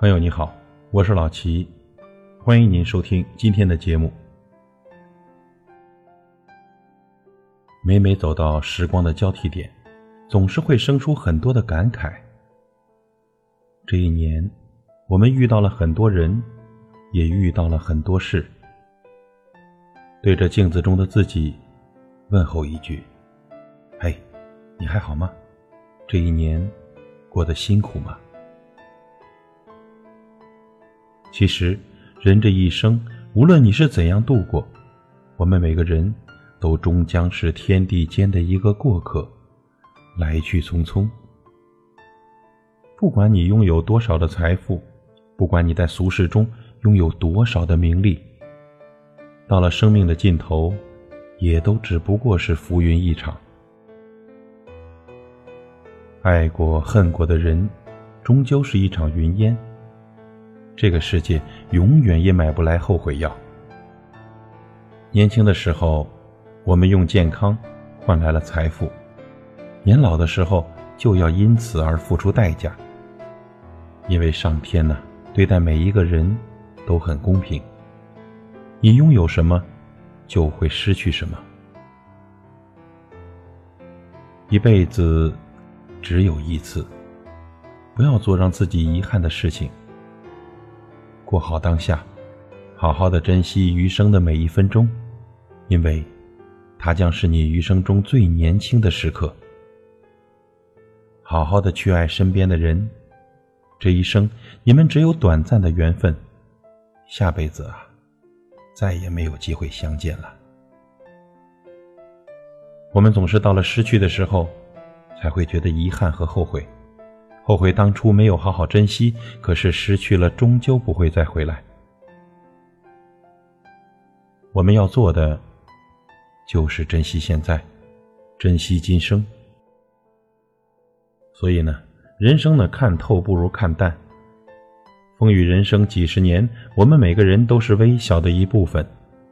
朋友你好，我是老齐，欢迎您收听今天的节目。每每走到时光的交替点，总是会生出很多的感慨。这一年，我们遇到了很多人，也遇到了很多事。对着镜子中的自己，问候一句：嘿，你还好吗？这一年过得辛苦吗？其实人这一生，无论你是怎样度过，我们每个人都终将是天地间的一个过客，来去匆匆。不管你拥有多少的财富，不管你在俗世中拥有多少的名利，到了生命的尽头，也都只不过是浮云一场。爱过恨过的人，终究是一场云烟。这个世界永远也买不来后悔药。年轻的时候，我们用健康换来了财富，年老的时候就要因此而付出代价。因为上天呢，对待每一个人都很公平，你拥有什么，就会失去什么。一辈子只有一次，不要做让自己遗憾的事情。过好当下，好好的珍惜余生的每一分钟，因为它将是你余生中最年轻的时刻。好好的去爱身边的人，这一生你们只有短暂的缘分，下辈子啊，再也没有机会相见了。我们总是到了失去的时候，才会觉得遗憾和后悔，后悔当初没有好好珍惜，可是失去了终究不会再回来。我们要做的就是珍惜现在，珍惜今生。所以呢，人生呢，看透不如看淡。风雨人生几十年，我们每个人都是微小的一部分。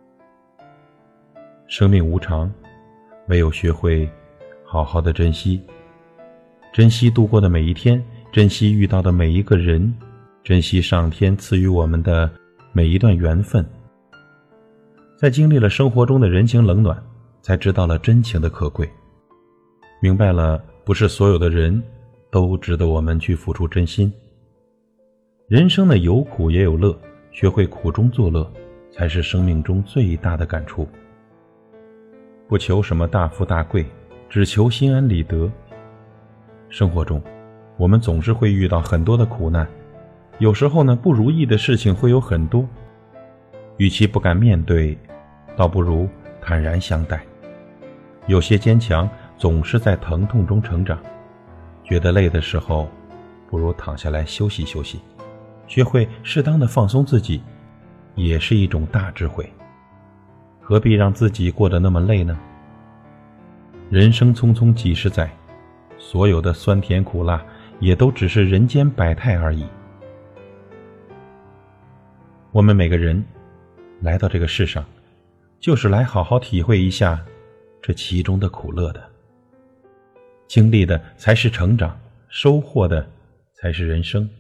生命无常，唯有学会好好的珍惜，珍惜度过的每一天，珍惜遇到的每一个人，珍惜上天赐予我们的每一段缘分。在经历了生活中的人情冷暖，才知道了真情的可贵，明白了不是所有的人都值得我们去付出真心。人生的有苦也有乐，学会苦中作乐，才是生命中最大的感触。不求什么大富大贵，只求心安理得。生活中，我们总是会遇到很多的苦难，有时候呢，不如意的事情会有很多。与其不敢面对，倒不如坦然相待。有些坚强总是在疼痛中成长，觉得累的时候，不如躺下来休息休息，学会适当的放松自己，也是一种大智慧。何必让自己过得那么累呢？人生匆匆几十载，所有的酸甜苦辣也都只是人间百态而已。我们每个人来到这个世上，就是来好好体会一下这其中的苦乐的。经历的才是成长，收获的才是人生。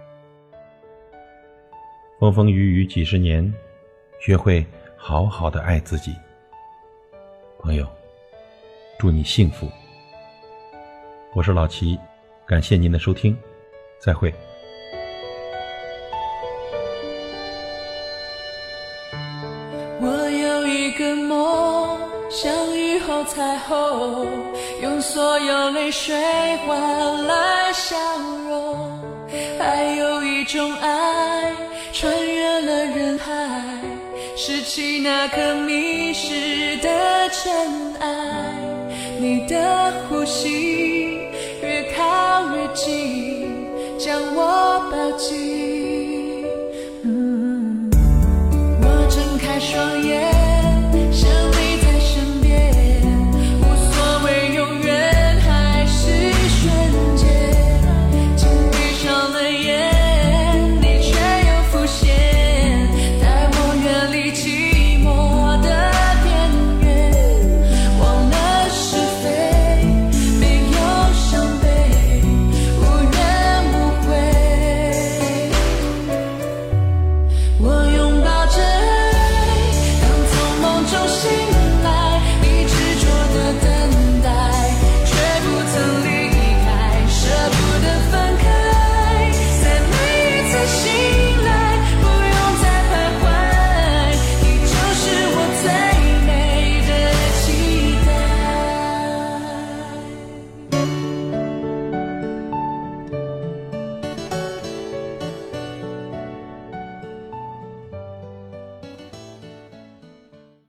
风风雨雨几十年，学会好好的爱自己。朋友，祝你幸福。我是老齐，感谢您的收听，再会。 我有一个梦，像雨后彩虹，用所有泪水换来笑容。还有一种爱，穿越了人海，拾起那颗迷失的尘埃。你的呼吸越靠越近，将我抱紧。我睁开双